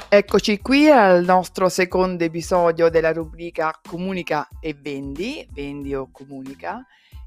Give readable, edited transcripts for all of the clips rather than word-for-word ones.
Eccoci qui al nostro secondo episodio della rubrica Comunica e vendi, vendi o comunica,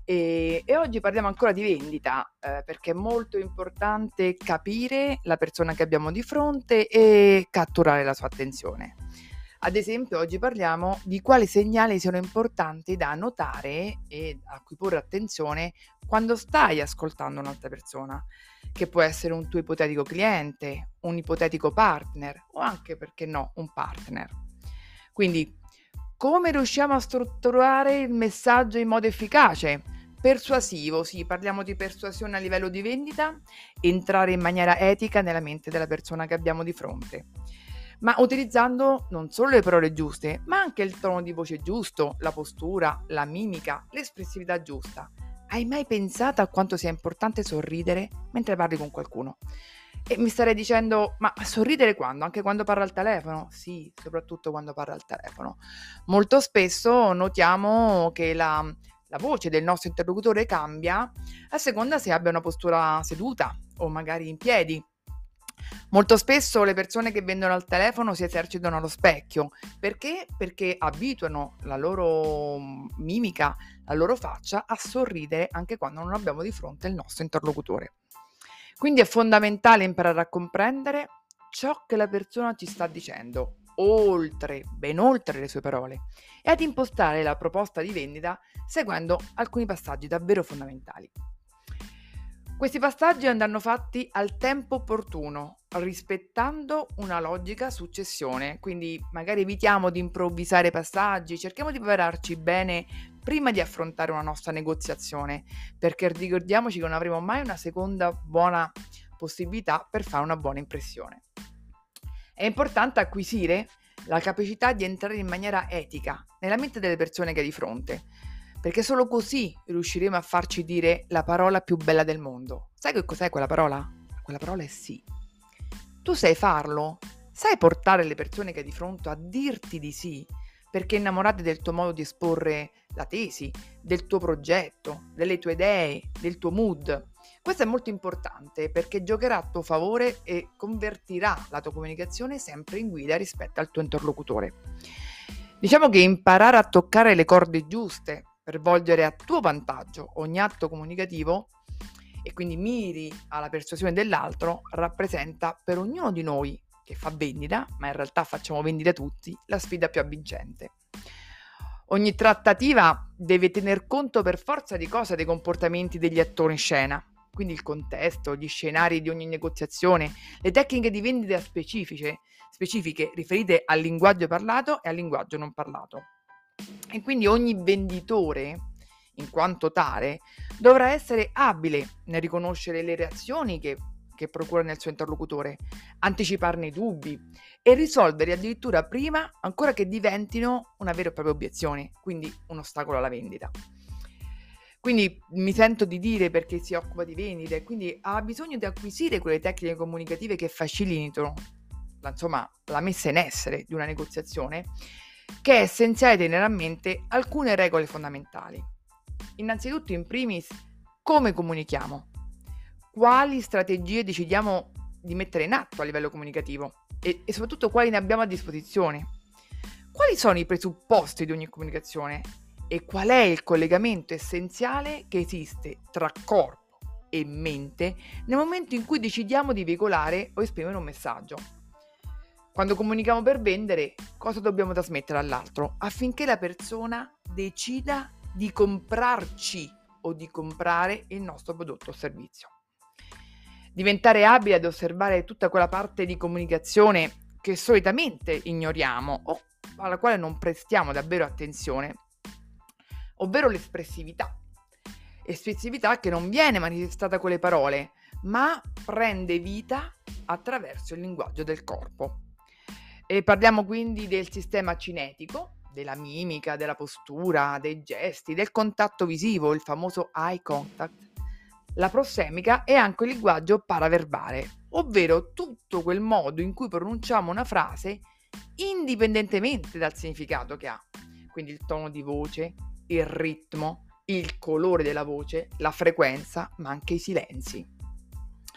e oggi parliamo ancora di vendita, perché è molto importante capire la persona che abbiamo di fronte e catturare la sua attenzione. Ad esempio, oggi parliamo di quali segnali sono importanti da notare e a cui porre attenzione quando stai ascoltando un'altra persona, che può essere un tuo ipotetico cliente, un ipotetico partner o anche, perché no, un partner. Quindi, come riusciamo a strutturare il messaggio in modo efficace? Persuasivo, sì, parliamo di persuasione a livello di vendita, entrare in maniera etica nella mente della persona che abbiamo di fronte, ma utilizzando non solo le parole giuste, ma anche il tono di voce giusto, la postura, la mimica, l'espressività giusta. Hai mai pensato a quanto sia importante sorridere mentre parli con qualcuno? E mi starei dicendo, ma sorridere quando? Anche quando parla al telefono? Sì, soprattutto quando parla al telefono. Molto spesso notiamo che la voce del nostro interlocutore cambia a seconda se abbia una postura seduta o magari in piedi. Molto spesso le persone che vendono al telefono si esercitano allo specchio. Perché? Perché abituano la loro mimica, la loro faccia a sorridere anche quando non abbiamo di fronte il nostro interlocutore. Quindi è fondamentale imparare a comprendere ciò che la persona ci sta dicendo, oltre, ben oltre le sue parole, e ad impostare la proposta di vendita seguendo alcuni passaggi davvero fondamentali. Questi passaggi andranno fatti al tempo opportuno, rispettando una logica a successione, quindi magari evitiamo di improvvisare i passaggi, cerchiamo di prepararci bene prima di affrontare una nostra negoziazione, perché ricordiamoci che non avremo mai una seconda buona possibilità per fare una buona impressione. È importante acquisire la capacità di entrare in maniera etica nella mente delle persone che hai di fronte, perché solo così riusciremo a farci dire la parola più bella del mondo. Sai che cos'è quella parola? Quella parola è sì. Tu sai farlo? Sai portare le persone che hai di fronte a dirti di sì, perché innamorate del tuo modo di esporre la tesi, del tuo progetto, delle tue idee, del tuo mood. Questo è molto importante perché giocherà a tuo favore e convertirà la tua comunicazione sempre in guida rispetto al tuo interlocutore. Diciamo che imparare a toccare le corde giuste per volgere a tuo vantaggio ogni atto comunicativo e quindi miri alla persuasione dell'altro rappresenta per ognuno di noi che fa vendita, ma in realtà facciamo vendita tutti, la sfida più avvincente. Ogni trattativa deve tener conto per forza di cose dei comportamenti degli attori in scena, quindi il contesto, gli scenari di ogni negoziazione, le tecniche di vendita specifiche riferite al linguaggio parlato e al linguaggio non parlato. E quindi ogni venditore, in quanto tale, dovrà essere abile nel riconoscere le reazioni che procura nel suo interlocutore, anticiparne i dubbi e risolvere addirittura prima ancora che diventino una vera e propria obiezione, quindi un ostacolo alla vendita. Quindi mi sento di dire, perché si occupa di vendita e quindi ha bisogno di acquisire quelle tecniche comunicative che facilitino la messa in essere di una negoziazione, che è essenziale tenere a mente alcune regole fondamentali. Innanzitutto, in primis, come comunichiamo, quali strategie decidiamo di mettere in atto a livello comunicativo e soprattutto quali ne abbiamo a disposizione. Quali sono i presupposti di ogni comunicazione e qual è il collegamento essenziale che esiste tra corpo e mente nel momento in cui decidiamo di veicolare o esprimere un messaggio. Quando comunichiamo per vendere, cosa dobbiamo trasmettere all'altro affinché la persona decida di comprarci o di comprare il nostro prodotto o servizio. Diventare abili ad osservare tutta quella parte di comunicazione che solitamente ignoriamo o alla quale non prestiamo davvero attenzione, ovvero l'espressività. Espressività che non viene manifestata con le parole, ma prende vita attraverso il linguaggio del corpo. E parliamo quindi del sistema cinetico, della mimica, della postura, dei gesti, del contatto visivo, il famoso eye contact, la prossemica e anche il linguaggio paraverbale, ovvero tutto quel modo in cui pronunciamo una frase indipendentemente dal significato che ha. Quindi il tono di voce, il ritmo, il colore della voce, la frequenza, ma anche i silenzi.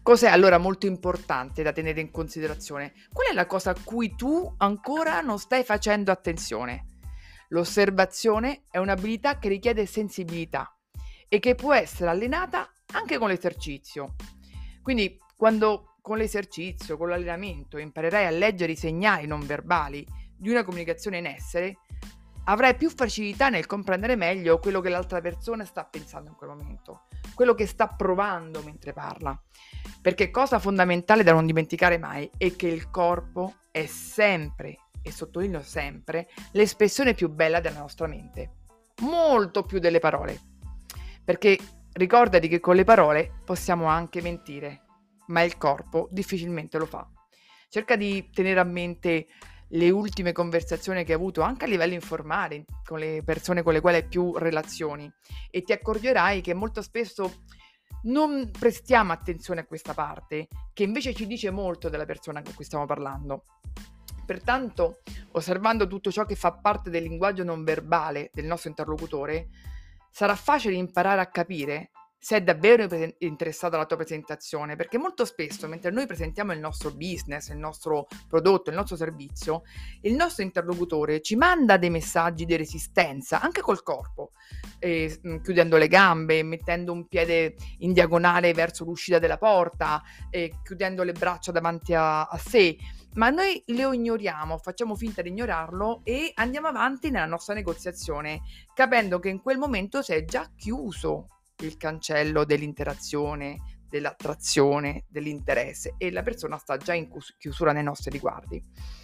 Cos'è allora molto importante da tenere in considerazione? Qual è la cosa a cui tu ancora non stai facendo attenzione? L'osservazione è un'abilità che richiede sensibilità e che può essere allenata anche con l'esercizio. Quindi quando con l'esercizio, con l'allenamento imparerai a leggere i segnali non verbali di una comunicazione in essere, avrai più facilità nel comprendere meglio quello che l'altra persona sta pensando in quel momento, quello che sta provando mentre parla. Perché cosa fondamentale da non dimenticare mai è che il corpo è sempre, e sottolineo sempre, l'espressione più bella della nostra mente, molto più delle parole. Perché ricordati che con le parole possiamo anche mentire, ma il corpo difficilmente lo fa. Cerca di tenere a mente le ultime conversazioni che hai avuto anche a livello informale con le persone con le quali hai più relazioni e ti accorgerai che molto spesso non prestiamo attenzione a questa parte, che invece ci dice molto della persona con cui stiamo parlando. Pertanto, osservando tutto ciò che fa parte del linguaggio non verbale del nostro interlocutore, sarà facile imparare a capire se è davvero interessato alla tua presentazione, perché molto spesso, mentre noi presentiamo il nostro business, il nostro prodotto, il nostro servizio, il nostro interlocutore ci manda dei messaggi di resistenza, anche col corpo, chiudendo le gambe, mettendo un piede in diagonale verso l'uscita della porta, chiudendo le braccia davanti a sé, ma noi lo ignoriamo, facciamo finta di ignorarlo e andiamo avanti nella nostra negoziazione, capendo che in quel momento si è già chiuso il cancello dell'interazione, dell'attrazione, dell'interesse e la persona sta già in chiusura nei nostri riguardi.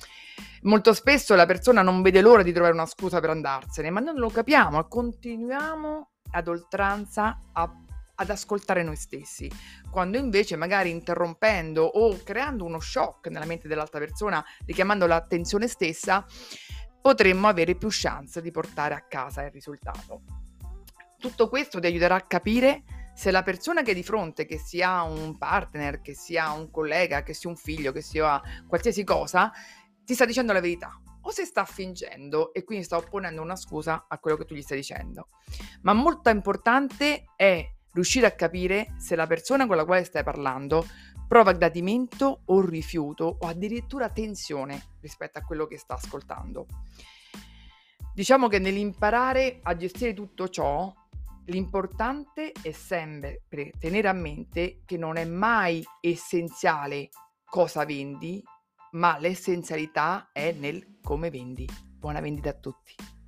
Molto spesso la persona non vede l'ora di trovare una scusa per andarsene, ma noi non lo capiamo e continuiamo ad oltranza ad ascoltare noi stessi, quando invece magari interrompendo o creando uno shock nella mente dell'altra persona, richiamando l'attenzione stessa, potremmo avere più chance di portare a casa il risultato. Tutto questo ti aiuterà a capire se la persona che è di fronte, che sia un partner, che sia un collega, che sia un figlio, che sia qualsiasi cosa, ti sta dicendo la verità o se sta fingendo e quindi sta opponendo una scusa a quello che tu gli stai dicendo. Ma molto importante è riuscire a capire se la persona con la quale stai parlando prova gradimento o rifiuto o addirittura tensione rispetto a quello che sta ascoltando. Diciamo che nell'imparare a gestire tutto ciò, l'importante è sempre tenere a mente che non è mai essenziale cosa vendi, ma l'essenzialità è nel come vendi. Buona vendita a tutti.